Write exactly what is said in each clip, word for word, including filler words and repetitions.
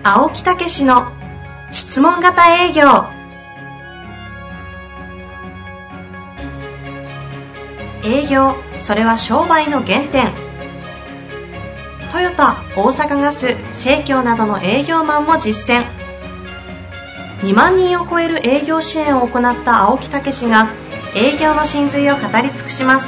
青木武氏の質問型営業。営業、それは商売の原点。トヨタ、大阪ガス、生協などの営業マンも実践。にまんにんを超える営業支援を行った青木武氏が営業の真髄を語り尽くします。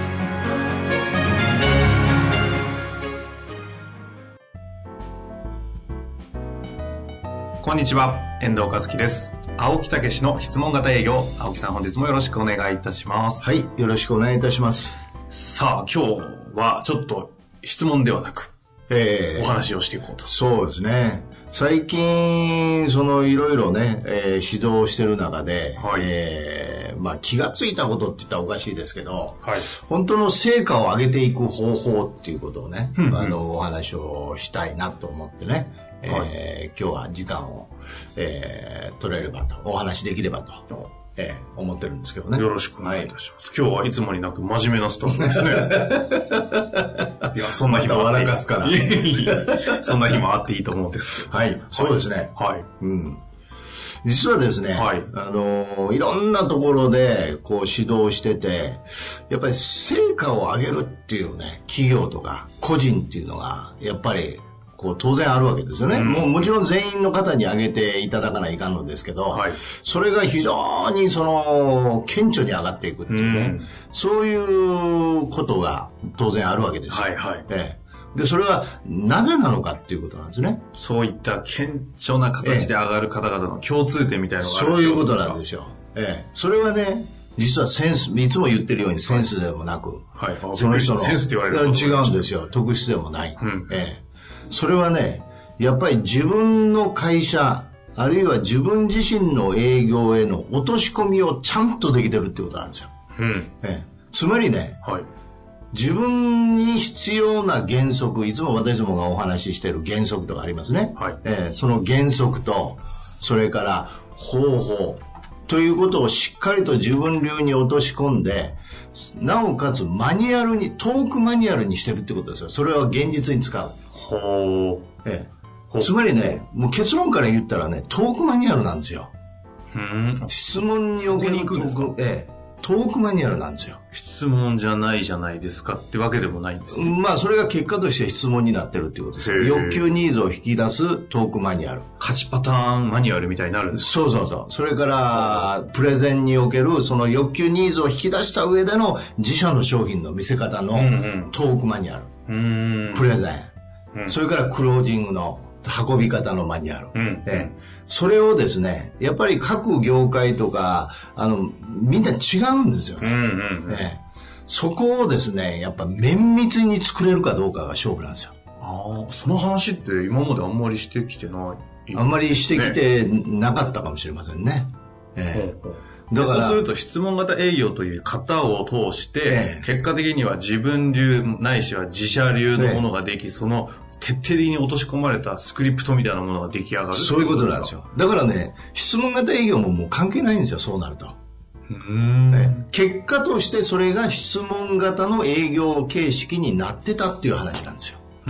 こんにちは、遠藤和樹です。青木武の質問型営業。青木さん、本日もよろしくお願いいたします。 はい、よろしくお願いいたします。 さあ、今日はちょっと質問ではなく、えー、お話をしていこうと。 そうですね。最近、そのいろいろね、えー、指導してる中で、はい、えー、まあ気がついたことって言ったらおかしいですけど、はい、本当の成果を上げていく方法っていうことをね、うんうん、あのお話をしたいなと思ってね、えーはい、今日は時間を、えー、取れればと、お話できればと、えー、思ってるんですけどね。 よろしくお願いいたします。はい、今日はいつもになく真面目なスタートですね。いや、そんな日もあっていい。また笑かすから。 そんな日もあっていいと思うんです。 はい、そうですね。 はい。 うん。実はですね、はい、あのいろんなところでこう指導してて、やっぱり成果を上げるっていうね、企業とか個人っていうのがやっぱりこう当然あるわけですよね、うん、もうもちろん全員の方に挙げていただかないかんのですけど、はい、それが非常にその顕著に上がっていくっていうね、うん、そういうことが当然あるわけですよ、はいはい、ええ、でそれはなぜなのかっていうことなんですね。 そういった顕著な形で上がる方々の共通点みたいなのがある、 そういうことなんですよ、ええ、それはね、実はセンス、いつも言ってるようにセンスでもなく、はいはい、その人のセンスって言われる違うんですよ、特質でもない、うん、ええ、それはね、やっぱり自分の会社、あるいは自分自身の営業への落とし込みをちゃんとできてるってことなんですよ、うん、ええ、つまりね、はい、自分に必要な原則、いつも私どもがお話ししている原則とかありますね、はい、ええ、その原則とそれから方法ということをしっかりと自分流に落とし込んで、なおかつマニュアルに、トークマニュアルにしてるってことですよ。それは現実に使う。ほう、ええ、つまりね、もう結論から言ったらね、トークマニュアルなんですよ。うん、質問におけるトーク、ええ、トークマニュアルなんですよ。 質問じゃないじゃないですかってわけでもないんですね。 まあそれが結果として質問になってるっていうことです。欲求ニーズを引き出すトークマニュアル。 はちパターンマニュアルみたいになるんですか。 そうそうそう。それからプレゼンにおけるその欲求ニーズを引き出した上での自社の商品の見せ方のトークマニュアル。うんうん、プレゼン、うん。それからクロージングの運び方のマニュアル、うんええ、それをですね、やっぱり各業界とかあのみんな違うんですよね、うんうんうんええ、そこをですね、やっぱ綿密に作れるかどうかが勝負なんですよ。 ああ、その話って今まであんまりしてきてない、 あんまりしてきてなかったかもしれませんね、ええ、 だからそうすると質問型営業という型を通して、ええ、結果的には自分流ないしは自社流のものができ、ええ、その徹底的に落とし込まれたスクリプトみたいなものが出来上がる。 そういうことなんですよ。だからね、質問型営業ももう関係ないんですよ、そうなると。うーん、ね、結果としてそれが質問型の営業形式になってたっていう話なんですよ、うん、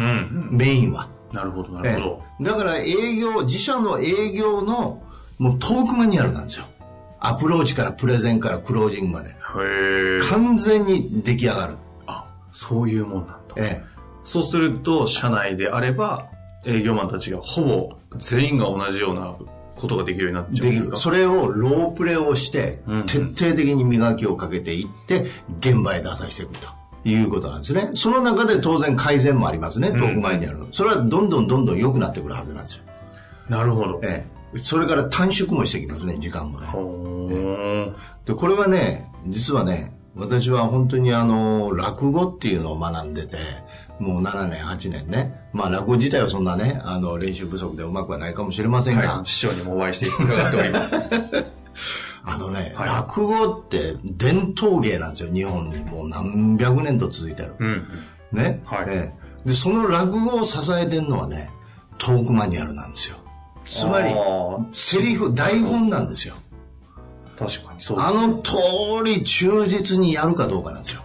メインは。 なるほどなるほど、 ええ、だから営業、自社の営業のもうトークマニュアルなんですよ。アプローチからプレゼンからクロージングまでへ完全に出来上がる。 あ、そういうもんなんだ、ええ、そうすると社内であれば営業マンたちがほぼ全員が同じようなことができるようになっちゃうんですか。 それをロープレをして、うんうん、徹底的に磨きをかけていって現場へ出させていくということなんですね。その中で当然改善もありますね、トークマニュアルの、うん、それはどんどんどんどん良くなってくるはずなんですよ。 なるほど、 ええ、それから短縮もしてきますね、時間もね。ええ、でこれはね、実はね、私は本当にあの落語っていうのを学んでて、もうななねんはちねんね、まあ落語自体はそんなね、あの練習不足でうまくはないかもしれませんが、 はい、師匠にもお会いして伺っておりますあのね、はい、落語って伝統芸なんですよ、日本にもう何百年と続いてる、うん、ね、はい、ええ、でその落語を支えてるのはね、トークマニュアルなんですよ。つまりセリフ、台本なんですよ。 確かにそうです、 あの通り忠実にやるかどうかなんですよ。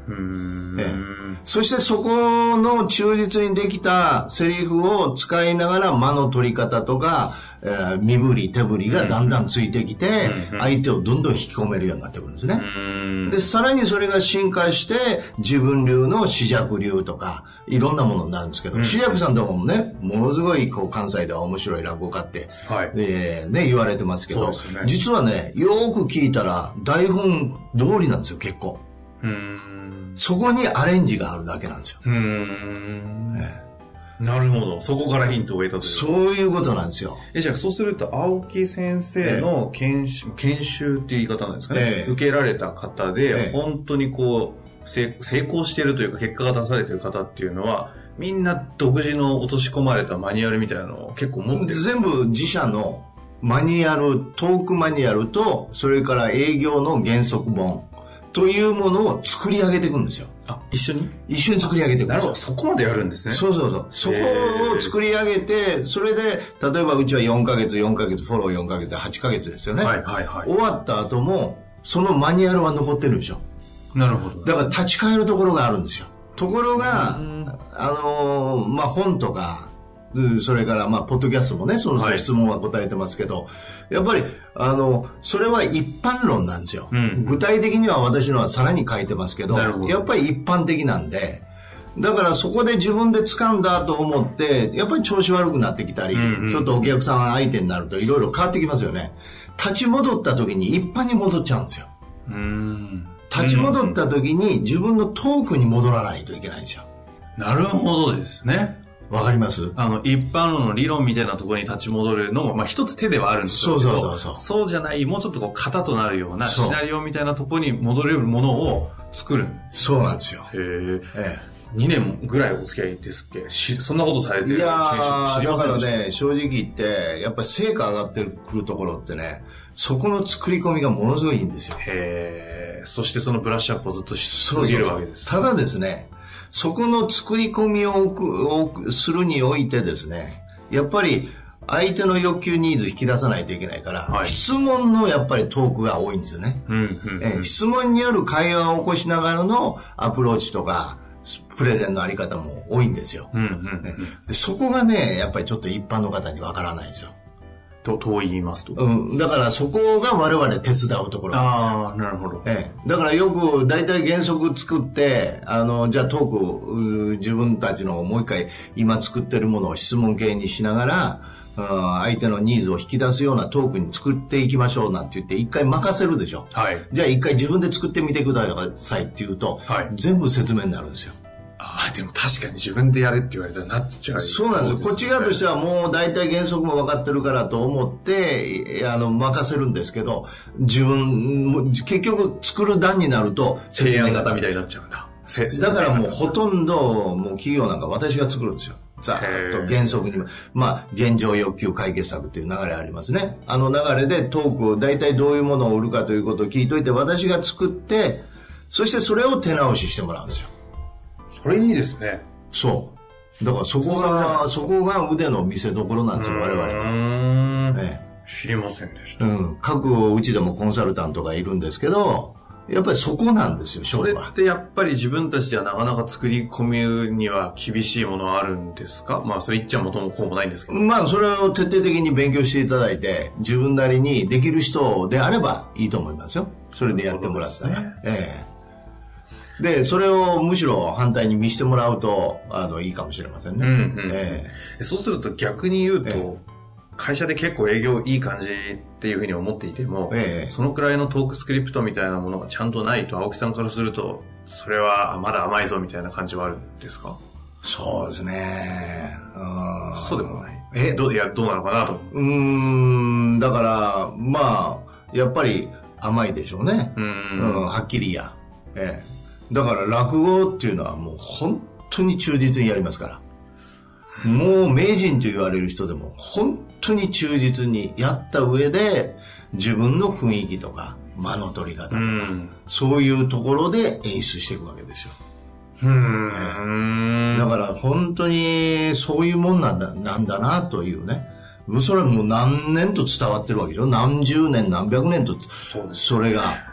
うーん、 ええ、そしてそこの忠実にできたセリフを使いながら間の取り方とか、えー、身振り手振りがだんだんついてきて、相手をどんどん引き込めるようになってくるんですね。で、さらにそれが進化して自分流の枝雀流とかいろんなものになるんですけど、枝雀さんとかもね、ものすごいこう関西では面白い落語家って、はい、えー、ね、言われてますけど、そうですね、実はね、よーく聞いたら台本通りなんですよ、結構。うーん、そこにアレンジがあるだけなんですよ。うーん、 ええ、なるほど。そこからヒントを得たという。 そういうことなんですよ。 え、じゃあそうすると青木先生の研修、ええ、研修っていう言い方なんですかね、ええ、受けられた方で、ええ、本当にこう成功しているというか結果が出されている方っていうのはみんな独自の落とし込まれたマニュアルみたいなのを結構持ってる。 全部自社のマニュアル、トークマニュアルとそれから営業の原則本というものを作り上げていくんですよ。 あ、一緒に一緒に作り上げていくんですよ。 なるほど、そこまでやるんですね。 そうそうそう。そこを作り上げて、それで、例えばうちはよんかげつ、よんかげつ、フォローよんかげつではちかげつですよね。はいはいはい。終わった後も、そのマニュアルは残ってるんですよ。 なるほど。 だから立ち返るところがあるんですよ。ところが、あのー、まあ、本とか、それからまあポッドキャストもね、その質問は答えてますけど、はい、やっぱりあのそれは一般論なんですよ、うん、具体的には私のはさらに書いてますけど、やっぱり一般的なんで、だからそこで自分で掴んだと思ってやっぱり調子悪くなってきたり、うんうん、ちょっとお客さん相手になるといろいろ変わってきますよね。立ち戻った時に一般に戻っちゃうんですよ。うーん、立ち戻った時に自分のトークに戻らないといけないんですよ。 なるほどですね。 わかります？ あの、一般論の理論みたいなところに立ち戻るのも、まあ一つ手ではあるんですけど、そうそうそうそう。そうじゃない、もうちょっとこう型となるようなシナリオみたいなところに戻れるものを作る。 そうなんですよ。 へえ。ええ。にねんぐらいお付き合いですっけ？しそんなことされてる？ いやー、だからね、正直言って、やっぱり成果上がってくるところってね、そこの作り込みがものすごいいいんですよ。 へえ。そしてそのブラッシュアップをずっとし続けるわけです。 ただですね、そこの作り込みを置くするにおいてですね、やっぱり相手の欲求ニーズ引き出さないといけないから、はい、質問のやっぱりトークが多いんですよね、うんうんうん、え質問による会話を起こしながらのアプローチとかプレゼンのあり方も多いんですよ、うんうんうん、でそこがねやっぱりちょっと一般の方にわからないんですよ。 と、と言いますと、 うん、だからそこが我々手伝うところなんですよ。 ああ、なるほど。 ええ、だからよく大体原則作ってあのじゃあトーク自分たちのもう一回今作ってるものを質問形にしながら、うん、相手のニーズを引き出すようなトークに作っていきましょうなんて言って一回任せるでしょ、はい、じゃあ一回自分で作ってみてくださいって言うと、はい、全部説明になるんですよ。 ああ、でも確かに自分でやれって言われたらなっちゃう。 そうなんですよ。こっち側としてはもう大体原則も分かってるからと思ってあの任せるんですけど、自分結局作る段になると提案型みたいになっちゃうんだ。 だからもうほとんどもう企業なんか私が作るんですよ。ざっと原則にまあ現状欲求解決策っていう流れありますね。あの流れでトークを大体どういうものを売るかということを聞いといて私が作って、そしてそれを手直ししてもらうんですよ。 それいいですね。 そう。だからそこが、そこが腕の見せ所なんですよ、我々は。 ええ、知りませんでした。 うん。各うちでもコンサルタントがいるんですけど、やっぱりそこなんですよ、 それってやっぱり自分たちではなかなか作り込みには厳しいものはあるんですか？まあそれ言っちゃ元もこうもないんですけど。 まあそれを徹底的に勉強していただいて、自分なりにできる人であればいいと思いますよ。それでやってもらったら。ね、ええ。で、それをむしろ反対に見せてもらうと、あの、いいかもしれませんね。うんうんえー、そうすると逆に言うと、えー、会社で結構営業いい感じっていうふうに思っていても、えー、そのくらいのトークスクリプトみたいなものがちゃんとないと、青木さんからすると、それはまだ甘いぞみたいな感じはあるんですか？ そうですね。 うんそうでもない。えどいや、どうなのかなと。 うーん、だから、まあ、やっぱり甘いでしょうね。うん、うん、はっきりや。ええだから落語っていうのはもう本当に忠実にやりますから。もう名人と言われる人でも本当に忠実にやった上で自分の雰囲気とか間の取り方とか、うん、そういうところで演出していくわけですよ。うん、だから本当にそういうもんなんだ、なんだなというね。それはもう何年と伝わってるわけでしょ。何十年何百年と そ, それが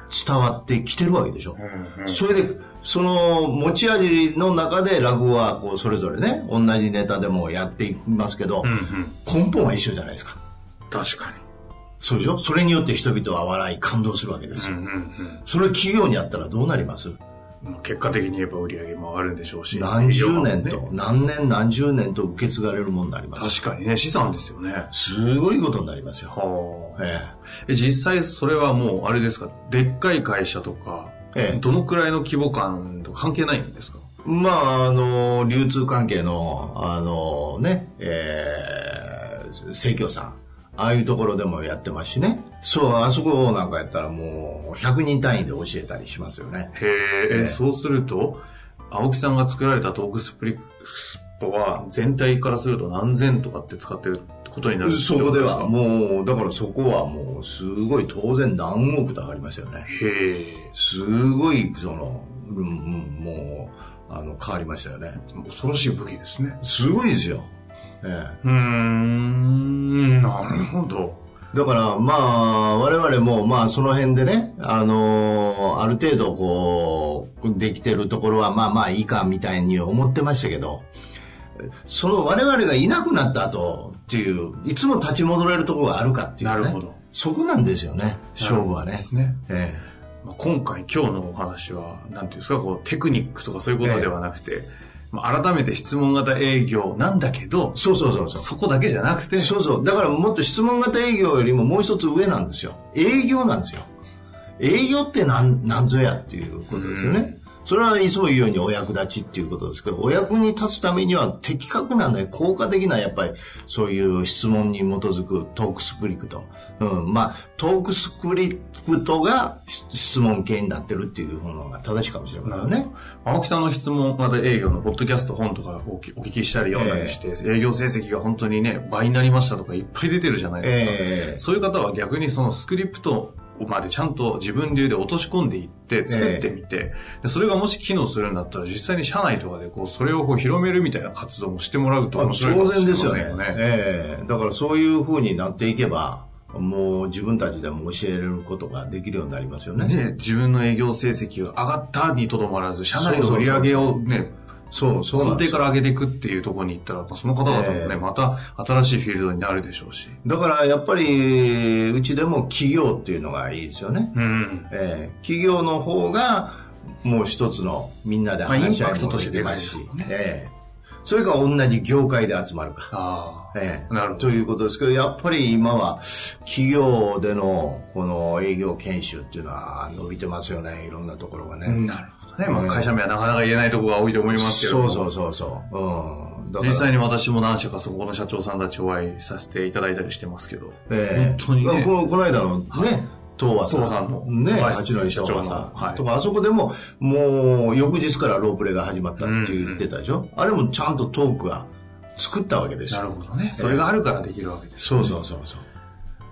伝わってきてるわけでしょ、 うんうん、 それでその持ち味の中で落語はこうそれぞれね同じネタでもやっていきますけど、うんうん、根本は一緒じゃないですか。 確かにそうでしょ。それによって人々は笑い感動するわけですよ、うんうんうん、それ企業にあったらどうなります？ 結果的に言えば売り上げもあるんでしょうし、 何十年と、ね、何年何十年と受け継がれるものになります。 確かにね、資産ですよね。 すごいことになりますよ。 はあ、ええ、実際それはもうあれですか、でっかい会社とか、ええ、どのくらいの規模感と関係ないんですか？ まああの流通関係のあのね、えー、生協さん、ああいうところでもやってますしね。そう、あそこなんかやったらもうひゃくにん単位で教えたりしますよね。 へえ、えー、そうすると青木さんが作られたトークスプリットは全体からすると何千とかって使ってることになるってことですか？ そこではもうだからそこはもうすごい当然何億と上がりますよね。 へえ、 すごいその、うんうん、もうあの変わりましたよね。 恐ろしい武器ですね。 すごいですよ。ええ、 うーん、なるほど。 だからまあ我々もまあその辺でね、あのー、ある程度こうできてるところはまあまあいいかみたいに思ってましたけど、その我々がいなくなった後っていういつも立ち戻れるところがあるかっていうね。 なるほど。 そこなんですよね、勝負はね。 ですね。 ええ、今回今日のお話はなんていうんですか、こうテクニックとかそういうことではなくて、ええ、改めて質問型営業なんだけど、 そうそうそうそう、 そこだけじゃなくて、 そうそう、だからもっと質問型営業よりももう一つ上なんですよ。営業なんですよ。営業って何何ぞやっていうことですよね、うん、それはいつも言うようにお役立ちっていうことですけど、お役に立つためには的確なね、効果的なやっぱりそういう質問に基づくトークスクリプト、うん、まあトークスクリプトが質問系になってるっていうのが正しいかもしれませんね。 青木さんの質問型営業のポッドキャスト本とかお聞きしたり読んだりして、えー、営業成績が本当にね倍になりましたとかいっぱい出てるじゃないですか、えー、そういう方は逆にそのスクリプトまでちゃんと自分流で落とし込んでいって作ってみて、えー、それがもし機能するんだったら実際に社内とかでこうそれをこう広めるみたいな活動もしてもらうと面白いかもしれませんよね。当然ですよね、 えー、だからそういう風になっていけばもう自分たちでも教えれることができるようになりますよね。 ね、自分の営業成績が上がったにとどまらず社内の売り上げをね、 そうそう根底から上げていくっていうところに行ったら、その方々もね、えー、また新しいフィールドになるでしょうし。 だからやっぱりうちでも企業っていうのがいいですよね、うんえー、企業の方がもう一つのみんなで話し合いもできますし、ねえー、それから同じ業界で集まるかあ、 えー、 なるほどということですけど、やっぱり今は企業でのこの営業研修っていうのは伸びてますよね、いろんなところがね、 うん、なるほどね、まあ、会社名はなかなか言えないところが多いと思いますけど、 そうそうそうそう、うん、だから実際に私も何社かそこの社長さんたちお会いさせていただいたりしてますけど、 えー、 本当にね、 この、この間のね、はい、東和さん、 東和さんのね、八戸社長さん、はい、とかあそこでももう翌日からロープレが始まったって言ってたでしょ、うんうん、あれもちゃんとトークが作ったわけですよ。 なるほどね、それがあるからできるわけです、 ね、そうそうそうそう、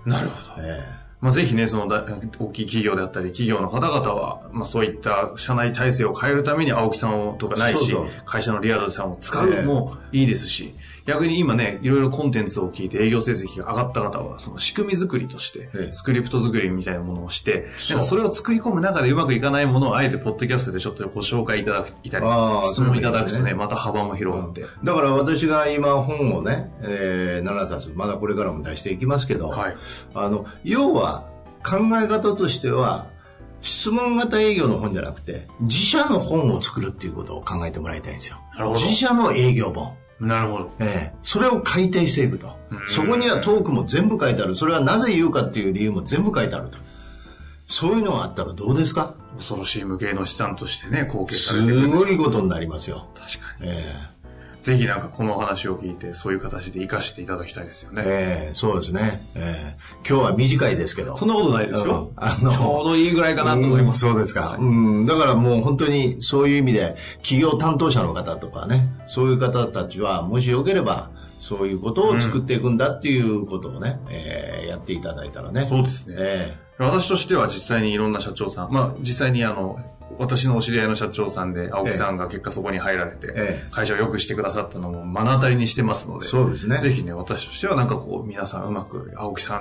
なるほど、えーまあ、ぜひね、その大きい企業であったり、企業の方々は、まあそういった社内体制を変えるために青木さんをとかないし、そうそう会社のリアルさんを使うもいいですし、逆に今ね、いろいろコンテンツを聞いて営業成績が上がった方は、その仕組み作りとして、スクリプト作りみたいなものをして、なんかそれを作り込む中でうまくいかないものをあえてポッドキャストでちょっとご紹介いただいたり、質問いただくとね、また幅も広がって。 だから私が今本をね、えー、ななさつ、まだこれからも出していきますけど、はい、あの、要は考え方としては、質問型営業の本じゃなくて、自社の本を作るっていうことを考えてもらいたいんですよ。 なるほど。 自社の営業本。 なるほど。 ええ、それを改定していくと。そこにはトークも全部書いてある。それはなぜ言うかっていう理由も全部書いてあると。そういうのがあったらどうですか？ 恐ろしい無形の資産としてね、後継されてくる。 すごいことになりますよ。 確かに。 ええ、 ぜひなんかこの話を聞いてそういう形で活かしていただきたいですよね。 ええ、そうですね。ええ、今日は短いですけど。 そんなことないですよ。うん、あのちょうどいいぐらいかなと思います。 うん、そうですか、はい。うん。だからもう本当にそういう意味で企業担当者の方とかね、そういう方たちはもしよければそういうことを作っていくんだっていうことをね、うん、えー、やっていただいたらね。 そうですね。えー、私としては実際にいろんな社長さん、まあ実際にあの私のお知り合いの社長さんで青木さんが結果そこに入られて、ええ、会社を良くしてくださったのも目の当たりにしてますので、 そうですね。 ぜひね、私としてはなんかこう皆さんうまく青木さん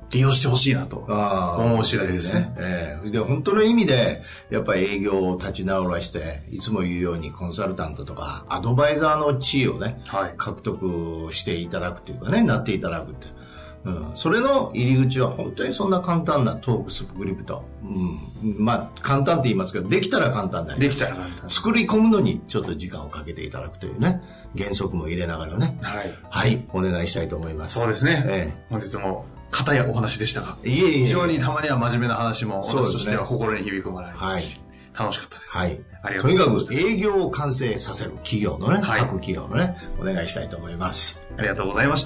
利用してほしいなと思う次第ですね。 えー、で本当の意味でやっぱり営業を立ち直らして、いつも言うようにコンサルタントとかアドバイザーの地位をね、はい、獲得していただくというかね、なっていただくって、うん、それの入り口は本当にそんな簡単なトークスクリプト、うん、まあ簡単って言いますけど、できたら簡単だよね。 できたら簡単。 作り込むのにちょっと時間をかけていただくというね、原則も入れながらね、はい、はい、お願いしたいと思います。 そうですね。ええ、本日も片やお話でしたが、 いえいえ、 非常にたまには真面目な話も私としては心に響くものがありますし、はい、楽しかったです。 はい。ありがとうございます。とにかく営業を完成させる企業のね、はい、各企業のね、お願いしたいと思います。 ありがとうございました。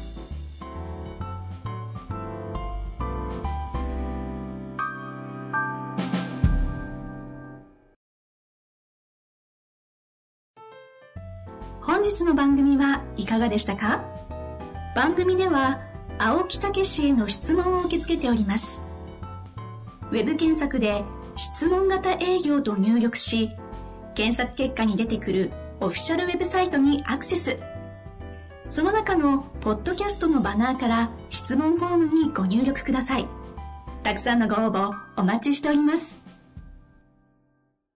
本日の番組はいかがでしたか？番組では青木武氏への質問を受け付けております。ウェブ検索で質問型営業と入力し、検索結果に出てくるオフィシャルウェブサイトにアクセス。その中のポッドキャストのバナーから質問フォームにご入力ください。たくさんのご応募お待ちしております。